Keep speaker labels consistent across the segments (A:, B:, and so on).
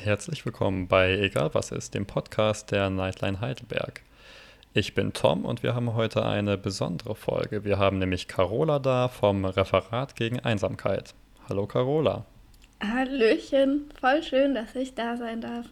A: Herzlich willkommen bei Egal was ist, dem Podcast der Nightline Heidelberg. Ich bin Tom und wir haben heute eine besondere Folge. Wir haben nämlich Carola da vom Referat gegen Einsamkeit. Hallo Carola.
B: Hallöchen, voll schön, dass ich da sein darf.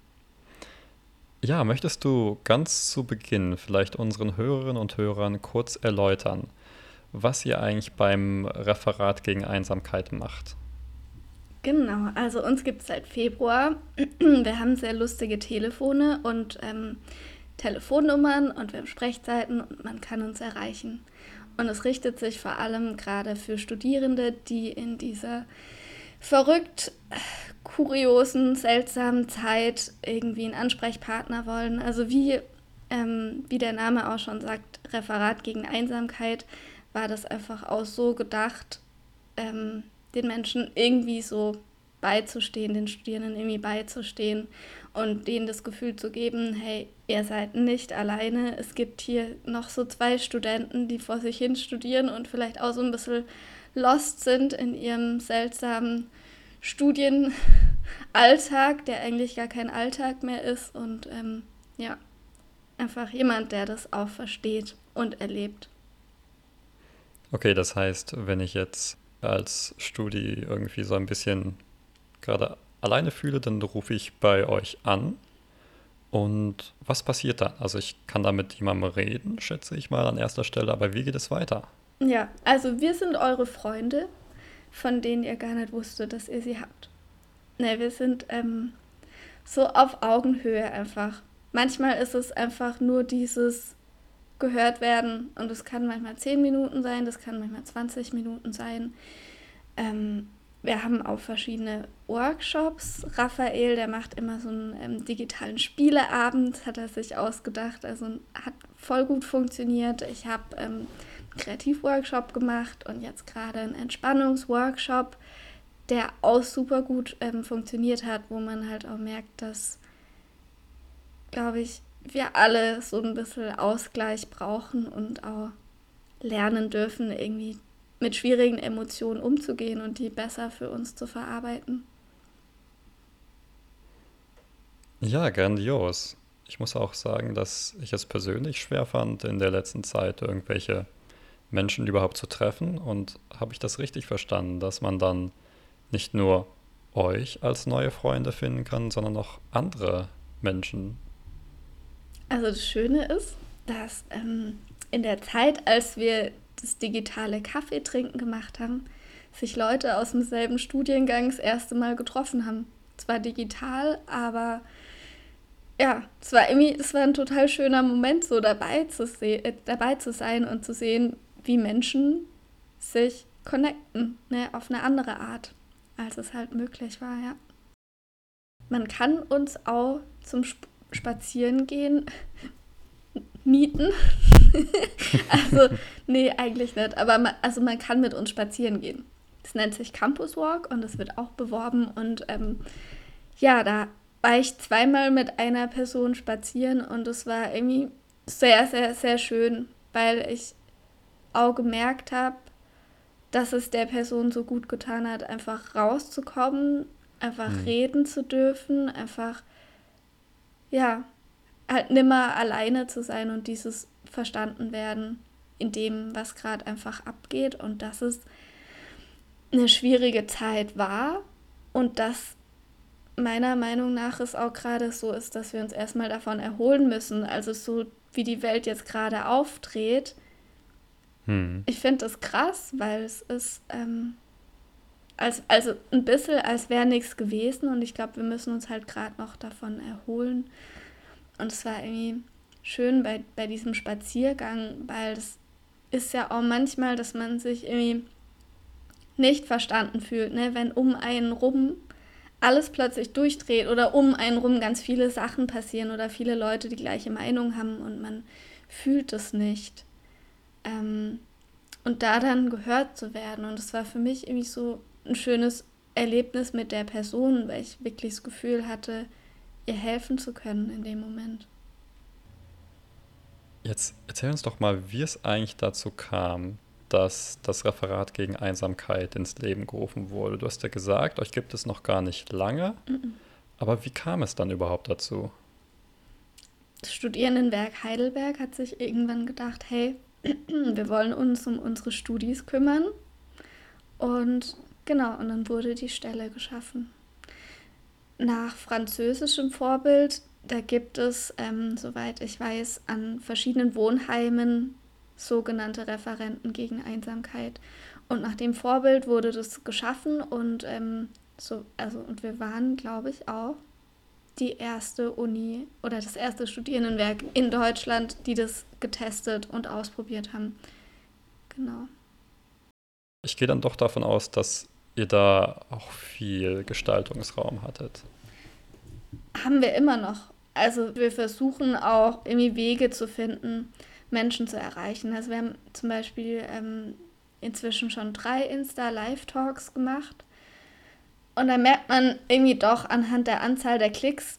A: Ja, möchtest du ganz zu Beginn vielleicht unseren Hörerinnen und Hörern kurz erläutern, was ihr eigentlich beim Referat gegen Einsamkeit macht?
B: Genau, also uns gibt es seit Februar. Wir haben sehr lustige Telefone und Telefonnummern und wir haben Sprechzeiten und man kann uns erreichen. Und es richtet sich vor allem gerade für Studierende, die in dieser verrückt, kuriosen, seltsamen Zeit irgendwie einen Ansprechpartner wollen. Also wie der Name auch schon sagt, Referat gegen Einsamkeit, war das einfach auch so gedacht, den Menschen irgendwie so beizustehen, den Studierenden irgendwie beizustehen und denen das Gefühl zu geben, hey, ihr seid nicht alleine. Es gibt hier noch so zwei Studenten, die vor sich hin studieren und vielleicht auch so ein bisschen lost sind in ihrem seltsamen Studienalltag, der eigentlich gar kein Alltag mehr ist. Und ja, einfach jemand, der das auch versteht und erlebt.
A: Okay, das heißt, wenn ich jetzt als Studi irgendwie so ein bisschen gerade alleine fühle, dann rufe ich bei euch an. Und was passiert dann? Also ich kann da mit jemandem reden, schätze ich mal an erster Stelle, aber wie geht es weiter?
B: Ja, also wir sind eure Freunde, von denen ihr gar nicht wusstet, dass ihr sie habt. Ne, wir sind so auf Augenhöhe einfach. Manchmal ist es einfach nur dieses gehört werden und es kann manchmal 10 Minuten sein, das kann manchmal 20 Minuten sein. Wir haben auch verschiedene Workshops. Raphael, der macht immer so einen digitalen Spieleabend, hat er sich ausgedacht. Also hat voll gut funktioniert. Ich habe einen Kreativworkshop gemacht und jetzt gerade einen Entspannungsworkshop, der auch super gut funktioniert hat, wo man halt auch merkt, dass, glaube ich, wir alle so ein bisschen Ausgleich brauchen und auch lernen dürfen, irgendwie mit schwierigen Emotionen umzugehen und die besser für uns zu verarbeiten.
A: Ja, grandios. Ich muss auch sagen, dass ich es persönlich schwer fand, in der letzten Zeit irgendwelche Menschen überhaupt zu treffen. Und habe ich das richtig verstanden, dass man dann nicht nur euch als neue Freunde finden kann, sondern auch andere Menschen?
B: Also das Schöne ist, dass in der Zeit, als wir das digitale Kaffeetrinken gemacht haben, sich Leute aus demselben Studiengang das erste Mal getroffen haben. Zwar digital, aber ja, es war ein total schöner Moment, so dabei zu sein und zu sehen, wie Menschen sich connecten, ne, auf eine andere Art, als es halt möglich war, ja. Man kann uns auch zum Spazierengehen mieten. Also, nee, eigentlich nicht. Aber man kann mit uns spazieren gehen. Das nennt sich Campus Walk und das wird auch beworben. Und ja, da war ich zweimal mit einer Person spazieren und es war irgendwie sehr, sehr, sehr schön, weil ich auch gemerkt habe, dass es der Person so gut getan hat, einfach rauszukommen, einfach
A: Hm.
B: reden zu dürfen, einfach, ja, halt nimmer alleine zu sein und dieses verstanden werden in dem, was gerade einfach abgeht und dass es eine schwierige Zeit war und dass meiner Meinung nach es auch gerade so ist, dass wir uns erstmal davon erholen müssen. Also so wie die Welt jetzt gerade aufdreht.
A: Hm.
B: Ich finde das krass, weil es ist also ein bisschen, als wäre nichts gewesen und ich glaube, wir müssen uns halt gerade noch davon erholen. Und es war irgendwie schön bei diesem Spaziergang, weil es ist ja auch manchmal, dass man sich irgendwie nicht verstanden fühlt, ne? Wenn um einen rum alles plötzlich durchdreht oder um einen rum ganz viele Sachen passieren oder viele Leute die gleiche Meinung haben und man fühlt es nicht. Ähm, und da dann gehört zu werden. Und es war für mich irgendwie so ein schönes Erlebnis mit der Person, weil ich wirklich das Gefühl hatte, ihr helfen zu können in dem Moment.
A: Jetzt erzähl uns doch mal, wie es eigentlich dazu kam, dass das Referat gegen Einsamkeit ins Leben gerufen wurde. Du hast ja gesagt, euch gibt es noch gar nicht lange, Aber wie kam es dann überhaupt dazu?
B: Das Studierendenwerk Heidelberg hat sich irgendwann gedacht, hey, wir wollen uns um unsere Studis kümmern. Und genau, und dann wurde die Stelle geschaffen. Nach französischem Vorbild, da gibt es, soweit ich weiß, an verschiedenen Wohnheimen sogenannte Referenten gegen Einsamkeit. Und nach dem Vorbild wurde das geschaffen und und wir waren, glaube ich, auch die erste Uni oder das erste Studierendenwerk in Deutschland, die das getestet und ausprobiert haben. Genau.
A: Ich gehe dann doch davon aus, dass ihr da auch viel Gestaltungsraum hattet.
B: Haben wir immer noch. Also wir versuchen auch irgendwie Wege zu finden, Menschen zu erreichen. Also wir haben zum Beispiel inzwischen schon 3 Insta-Live-Talks gemacht. Und da merkt man irgendwie doch anhand der Anzahl der Klicks,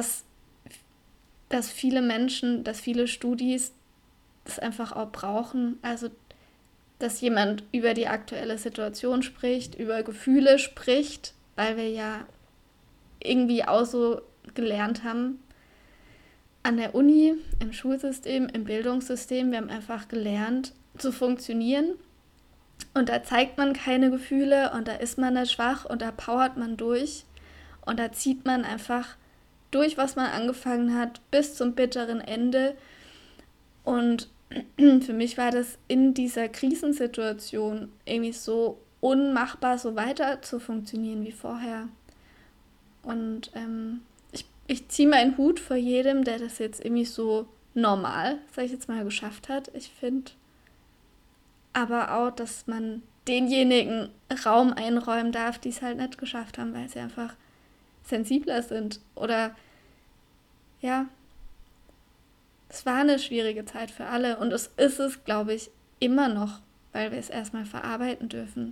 B: dass viele Menschen, dass viele Studis das einfach auch brauchen. Also dass jemand über die aktuelle Situation spricht, über Gefühle spricht, weil wir ja irgendwie auch so gelernt haben an der Uni, im Schulsystem, im Bildungssystem. Wir haben einfach gelernt zu funktionieren und da zeigt man keine Gefühle und da ist man nicht schwach und da powert man durch und da zieht man einfach durch, was man angefangen hat, bis zum bitteren Ende. Und für mich war das in dieser Krisensituation irgendwie so unmachbar, so weiter zu funktionieren wie vorher. Und ich ziehe meinen Hut vor jedem, der das jetzt irgendwie so normal, sag ich jetzt mal, geschafft hat. Ich finde aber auch, dass man denjenigen Raum einräumen darf, die es halt nicht geschafft haben, weil sie einfach sensibler sind. Oder ja, es war eine schwierige Zeit für alle und es ist es, glaube ich, immer noch, weil wir es erstmal verarbeiten dürfen.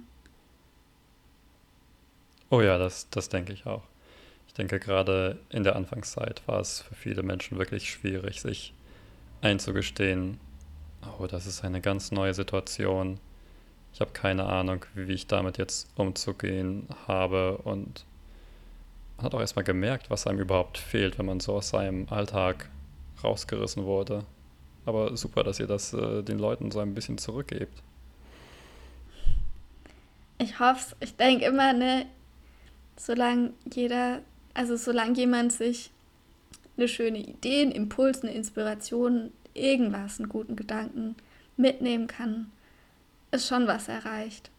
A: Oh ja, das denke ich auch. Ich denke, gerade in der Anfangszeit war es für viele Menschen wirklich schwierig, sich einzugestehen, oh, das ist eine ganz neue Situation. Ich habe keine Ahnung, wie ich damit jetzt umzugehen habe. Und man hat auch erstmal gemerkt, was einem überhaupt fehlt, wenn man so aus seinem Alltag rausgerissen wurde. Aber super, dass ihr das den Leuten so ein bisschen zurückgebt.
B: Ich hoffe es, ich denke immer, ne, solange jeder, also solange jemand sich eine schöne Idee, einen Impuls, eine Inspiration, irgendwas, einen guten Gedanken mitnehmen kann, ist schon was erreicht.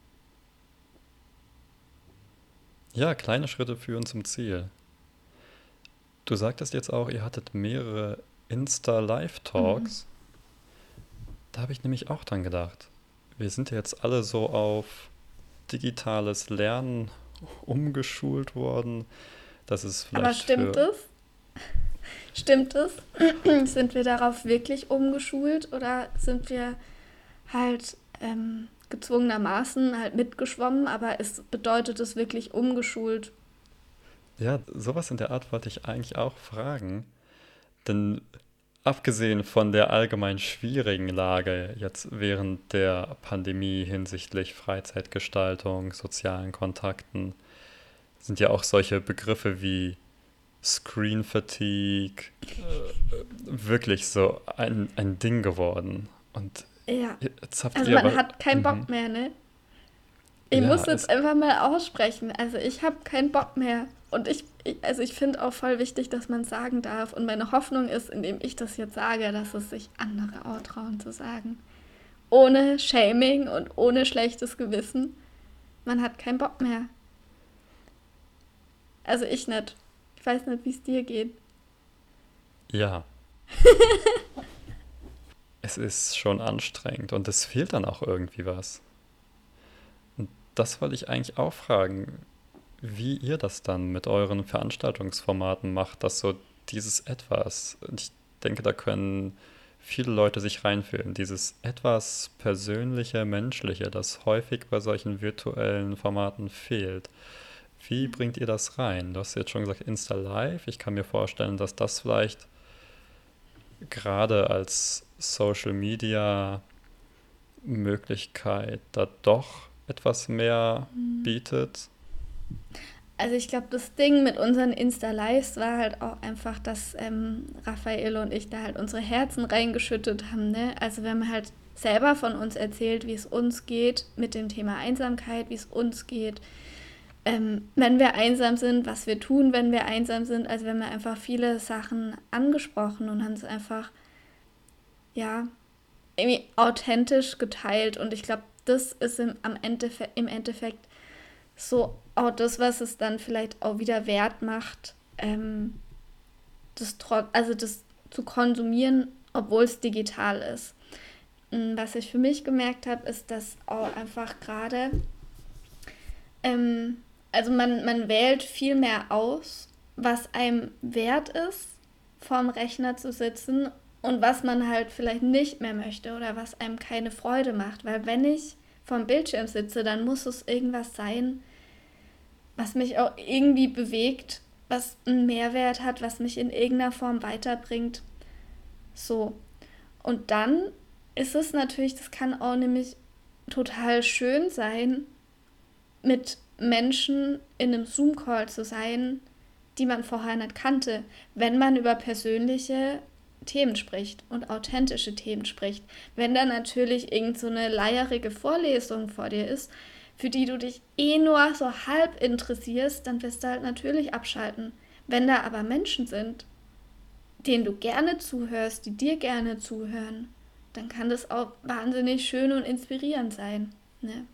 A: Ja, kleine Schritte führen zum Ziel. Du sagtest jetzt auch, ihr hattet mehrere
B: Mhm.
A: Insta-Live-Talks. Da habe ich nämlich auch dran gedacht. Wir sind ja jetzt alle so auf digitales Lernen umgeschult worden. Das ist
B: Aber
A: vielleicht
B: stimmt
A: für...
B: es? Stimmt es? Sind wir darauf wirklich umgeschult oder sind wir halt gezwungenermaßen halt mitgeschwommen, aber bedeutet es wirklich umgeschult?
A: Ja, sowas in der Art wollte ich eigentlich auch fragen. Denn abgesehen von der allgemein schwierigen Lage jetzt während der Pandemie hinsichtlich Freizeitgestaltung, sozialen Kontakten, sind ja auch solche Begriffe wie Screen Fatigue wirklich so ein Ding geworden. Und
B: Ja,
A: jetzt habt
B: also
A: ihr
B: man
A: aber...
B: hat keinen
A: Mhm.
B: Bock mehr, ne? Ich
A: Ja,
B: muss jetzt einfach mal aussprechen. Also ich habe keinen Bock mehr. Und also ich finde auch voll wichtig, dass man es sagen darf. Und meine Hoffnung ist, indem ich das jetzt sage, dass es sich andere auch trauen zu sagen. Ohne Shaming und ohne schlechtes Gewissen. Man hat keinen Bock mehr. Also ich nicht. Ich weiß nicht, wie es dir geht.
A: ja, es ist schon anstrengend und es fehlt dann auch irgendwie was. Und das wollte ich eigentlich auch fragen, wie ihr das dann mit euren Veranstaltungsformaten macht, dass so dieses Etwas, und ich denke, da können viele Leute sich reinfühlen, dieses etwas persönliche, menschliche, das häufig bei solchen virtuellen Formaten fehlt. Wie bringt ihr das rein? Du hast jetzt schon gesagt, Insta Live. Ich kann mir vorstellen, dass das vielleicht gerade als Social Media Möglichkeit da doch etwas mehr bietet.
B: Also ich glaube, das Ding mit unseren Insta-Lives war halt auch einfach, dass Raphael und ich da halt unsere Herzen reingeschüttet haben. Ne? Also wir haben halt selber von uns erzählt, wie es uns geht mit dem Thema Einsamkeit, wie es uns geht, wenn wir einsam sind, was wir tun, wenn wir einsam sind. Also wir haben ja einfach viele Sachen angesprochen und haben es einfach, ja, irgendwie authentisch geteilt. Und ich glaube, das ist im Endeffekt so auch das, was es dann vielleicht auch wieder wert macht, also das zu konsumieren, obwohl es digital ist. Was ich für mich gemerkt habe, ist, dass auch einfach gerade, ähm, also man wählt viel mehr aus, was einem wert ist, vorm Rechner zu sitzen und was man halt vielleicht nicht mehr möchte oder was einem keine Freude macht. Weil wenn ich vorm Bildschirm sitze, dann muss es irgendwas sein, was mich auch irgendwie bewegt, was einen Mehrwert hat, was mich in irgendeiner Form weiterbringt. So. Und dann ist es natürlich, das kann auch nämlich total schön sein, mit Menschen in einem Zoom-Call zu sein, die man vorher nicht kannte, wenn man über persönliche Themen spricht und authentische Themen spricht. Wenn da natürlich irgend so eine leierige Vorlesung vor dir ist, für die du dich eh nur so halb interessierst, dann wirst du halt natürlich abschalten. Wenn da aber Menschen sind, denen du gerne zuhörst, die dir gerne zuhören, dann kann das auch wahnsinnig schön und inspirierend sein. Ne?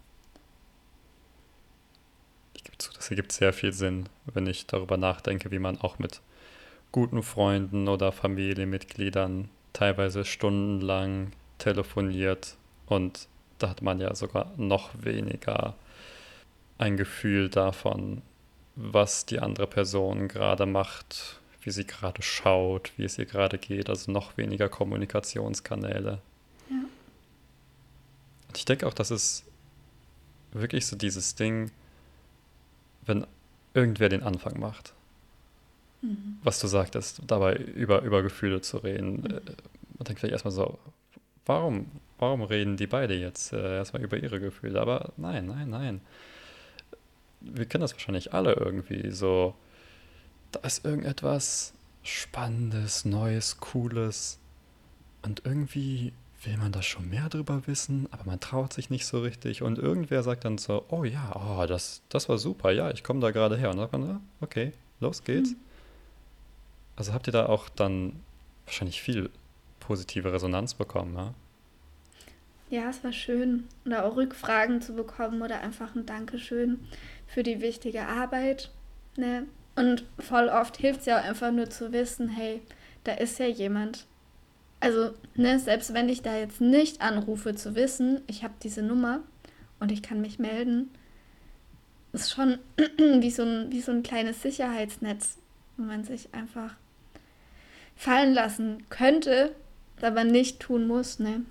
A: Ich gebe zu, das ergibt sehr viel Sinn, wenn ich darüber nachdenke, wie man auch mit guten Freunden oder Familienmitgliedern teilweise stundenlang telefoniert und da hat man ja sogar noch weniger ein Gefühl davon, was die andere Person gerade macht, wie sie gerade schaut, wie es ihr gerade geht, also noch weniger Kommunikationskanäle.
B: Ja.
A: Und ich denke auch, das ist wirklich so dieses Ding, wenn irgendwer den Anfang macht,
B: Mhm.
A: was du sagtest, dabei über Gefühle zu reden.
B: Mhm.
A: Man denkt vielleicht erstmal so, warum reden die beide jetzt erstmal über ihre Gefühle? Aber nein, nein, nein. Wir kennen das wahrscheinlich alle irgendwie. So, da ist irgendetwas Spannendes, Neues, Cooles. Und irgendwie will man da schon mehr drüber wissen, aber man traut sich nicht so richtig. Und irgendwer sagt dann so, oh ja, oh, das war super, ja, ich komme da gerade her. Und dann sagt man, ah, okay, los geht's.
B: Mhm.
A: Also habt ihr da auch dann wahrscheinlich viel positive Resonanz bekommen, ja?
B: Ja, es war schön. Oder auch Rückfragen zu bekommen oder einfach ein Dankeschön für die wichtige Arbeit. Ne? Und voll oft hilft es ja auch einfach nur zu wissen, hey, da ist ja jemand. Also, ne, selbst wenn ich da jetzt nicht anrufe, zu wissen, ich habe diese Nummer und ich kann mich melden, ist schon wie so ein kleines Sicherheitsnetz, wo man sich einfach fallen lassen könnte, aber nicht tun muss, ne?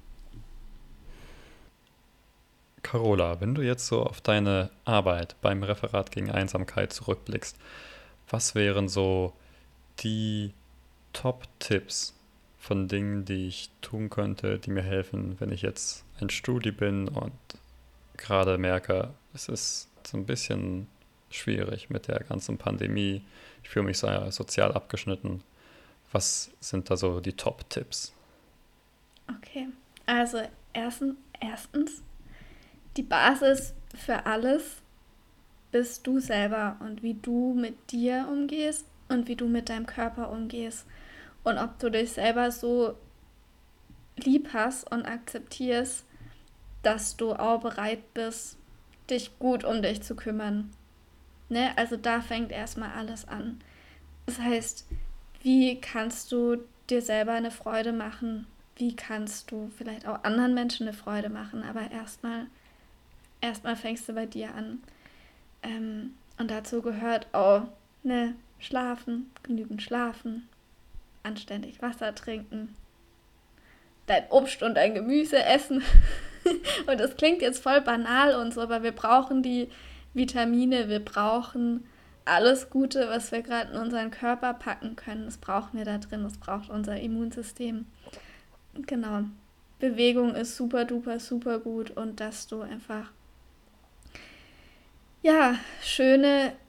A: Carola, wenn du jetzt so auf deine Arbeit beim Referat gegen Einsamkeit zurückblickst, was wären so die Top-Tipps von Dingen, die ich tun könnte, die mir helfen, wenn ich jetzt ein Studi bin und gerade merke, es ist so ein bisschen schwierig mit der ganzen Pandemie. Ich fühle mich so sozial abgeschnitten. Was sind da so die Top-Tipps?
B: Okay. Also, erstens, die Basis für alles bist du selber und wie du mit dir umgehst und wie du mit deinem Körper umgehst. Und ob du dich selber so lieb hast und akzeptierst, dass du auch bereit bist, dich gut um dich zu kümmern. Ne? Also da fängt erstmal alles an. Das heißt, wie kannst du dir selber eine Freude machen? Wie kannst du vielleicht auch anderen Menschen eine Freude machen? Aber erstmal fängst du bei dir an. Und dazu gehört auch, ne, schlafen, genügend schlafen, anständig Wasser trinken, dein Obst und dein Gemüse essen. Und das klingt jetzt voll banal und so, aber wir brauchen die Vitamine, wir brauchen alles Gute, was wir gerade in unseren Körper packen können. Das brauchen wir da drin, das braucht unser Immunsystem. Genau. Bewegung ist super duper, gut und dass du einfach, ja, schöne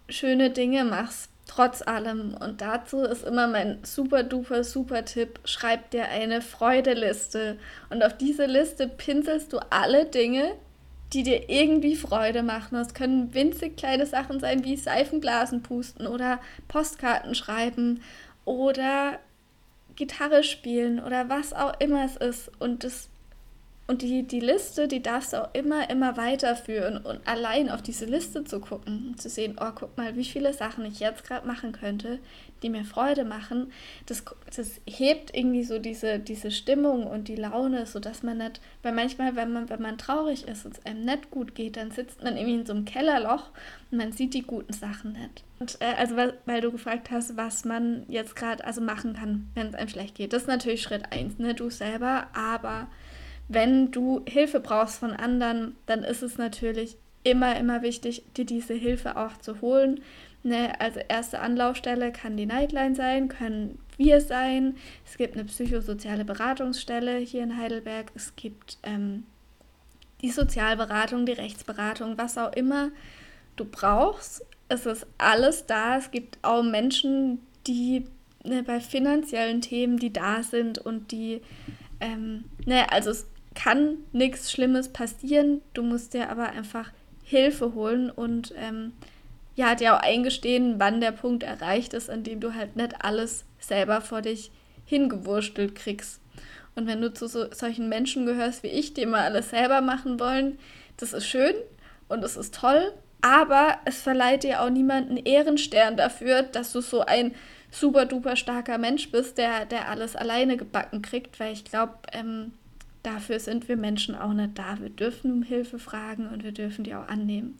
B: schöne Dinge machst, trotz allem. Und dazu ist immer mein super duper super Tipp, schreib dir eine Freudeliste. Und auf diese Liste pinselst du alle Dinge, die dir irgendwie Freude machen. Das können winzig kleine Sachen sein, wie Seifenblasen pusten oder Postkarten schreiben oder Gitarre spielen oder was auch immer es ist. Und die Liste, die darfst du auch immer weiterführen und allein auf diese Liste zu gucken und zu sehen, oh, guck mal, wie viele Sachen ich jetzt gerade machen könnte, die mir Freude machen, das hebt irgendwie so diese Stimmung und die Laune, sodass man nicht, weil manchmal, wenn man traurig ist und es einem nicht gut geht, dann sitzt man irgendwie in so einem Kellerloch und man sieht die guten Sachen nicht. Und also, weil du gefragt hast, was man jetzt gerade also machen kann, wenn es einem schlecht geht. Das ist natürlich Schritt 1, ne, du selber, aber wenn du Hilfe brauchst von anderen, dann ist es natürlich immer wichtig, dir diese Hilfe auch zu holen. Ne? Also erste Anlaufstelle kann die Nightline sein, können wir sein. Es gibt eine psychosoziale Beratungsstelle hier in Heidelberg. Es gibt die Sozialberatung, die Rechtsberatung, was auch immer du brauchst. Es ist alles da. Es gibt auch Menschen, die bei finanziellen Themen, die da sind und die, also es kann nichts Schlimmes passieren, du musst dir aber einfach Hilfe holen und dir auch eingestehen, wann der Punkt erreicht ist, an dem du halt nicht alles selber vor dich hingewurstelt kriegst. Und wenn du zu solchen Menschen gehörst wie ich, die immer alles selber machen wollen, das ist schön und es ist toll, aber es verleiht dir auch niemand einen Ehrenstern dafür, dass du so ein super duper starker Mensch bist, der alles alleine gebacken kriegt, weil ich glaube, dafür sind wir Menschen auch nicht da. Wir dürfen um Hilfe fragen und wir dürfen die auch annehmen.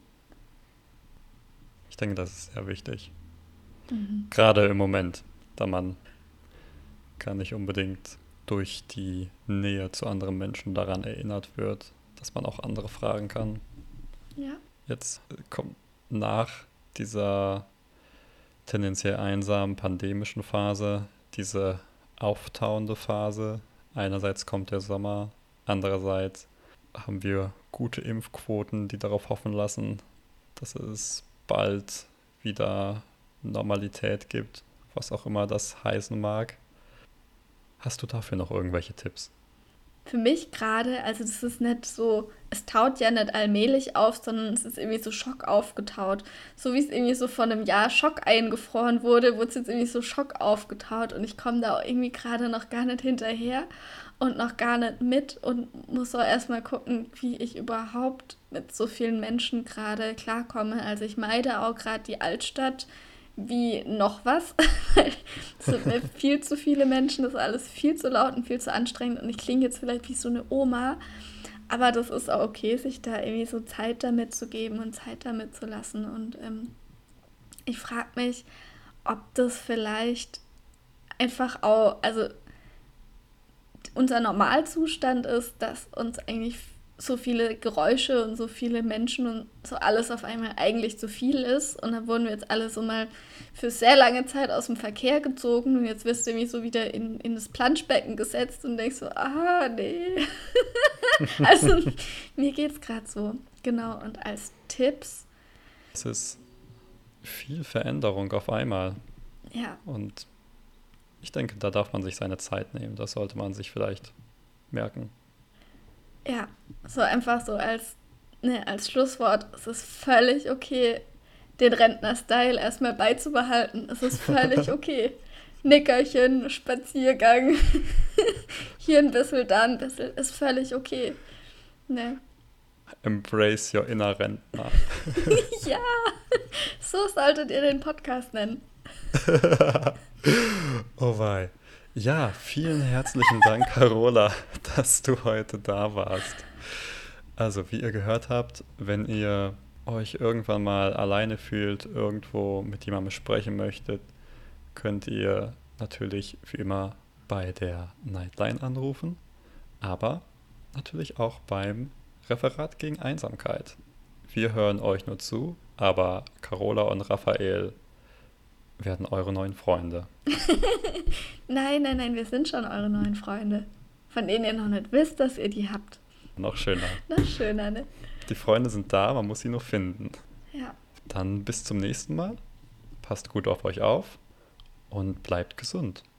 A: Ich denke, das ist sehr wichtig. Gerade im Moment, da man gar nicht unbedingt durch die Nähe zu anderen Menschen daran erinnert wird, dass man auch andere fragen kann.
B: Ja.
A: Jetzt kommt nach dieser tendenziell einsamen pandemischen Phase diese auftauende Phase. Einerseits kommt der Sommer, andererseits haben wir gute Impfquoten, die darauf hoffen lassen, dass es bald wieder Normalität gibt, was auch immer das heißen mag. Hast du dafür noch irgendwelche Tipps?
B: Für mich gerade, also das ist nicht so, es taut ja nicht allmählich auf, sondern es ist irgendwie so Schock aufgetaut. So wie es irgendwie so vor einem Jahr Schock eingefroren wurde es jetzt irgendwie so Schock aufgetaut und ich komme da auch irgendwie gerade noch gar nicht hinterher und noch gar nicht mit und muss auch erstmal gucken, wie ich überhaupt mit so vielen Menschen gerade klarkomme. Also ich meide auch gerade die Altstadt wie noch was, weil es sind mir viel zu viele Menschen, das ist alles viel zu laut und viel zu anstrengend und ich klinge jetzt vielleicht wie so eine Oma, aber das ist auch okay, sich da irgendwie so Zeit damit zu geben und Zeit damit zu lassen und ich frage mich, ob das vielleicht einfach auch, also unser Normalzustand ist, dass uns eigentlich so viele Geräusche und so viele Menschen und so alles auf einmal eigentlich zu viel ist. Und dann wurden wir jetzt alle so mal für sehr lange Zeit aus dem Verkehr gezogen und jetzt wirst du irgendwie so wieder in das Planschbecken gesetzt und denkst so, nee. Also mir geht's gerade so. Genau, und als Tipps.
A: Es ist viel Veränderung auf einmal.
B: Ja.
A: Und ich denke, da darf man sich seine Zeit nehmen. Das sollte man sich vielleicht merken.
B: Ja, so einfach so als Schlusswort. Es ist völlig okay, den Rentner-Style erstmal beizubehalten. Es ist völlig okay. Nickerchen, Spaziergang, hier ein bisschen, da ein bisschen, ist völlig okay. Ne?
A: Embrace your inner Rentner.
B: Ja, so solltet ihr den Podcast nennen.
A: Oh wei. Ja, vielen herzlichen Dank, Carola, dass du heute da warst. Also, wie ihr gehört habt, wenn ihr euch irgendwann mal alleine fühlt, irgendwo mit jemandem sprechen möchtet, könnt ihr natürlich wie immer bei der Nightline anrufen, aber natürlich auch beim Referat gegen Einsamkeit. Wir hören euch nur zu, aber Carola und Raphael werden eure neuen Freunde.
B: Nein, wir sind schon eure neuen Freunde, von denen ihr noch nicht wisst, dass ihr die habt.
A: Noch schöner.
B: Noch schöner, ne?
A: Die Freunde sind da, man muss sie nur finden.
B: Ja.
A: Dann bis zum nächsten Mal. Passt gut auf euch auf und bleibt gesund.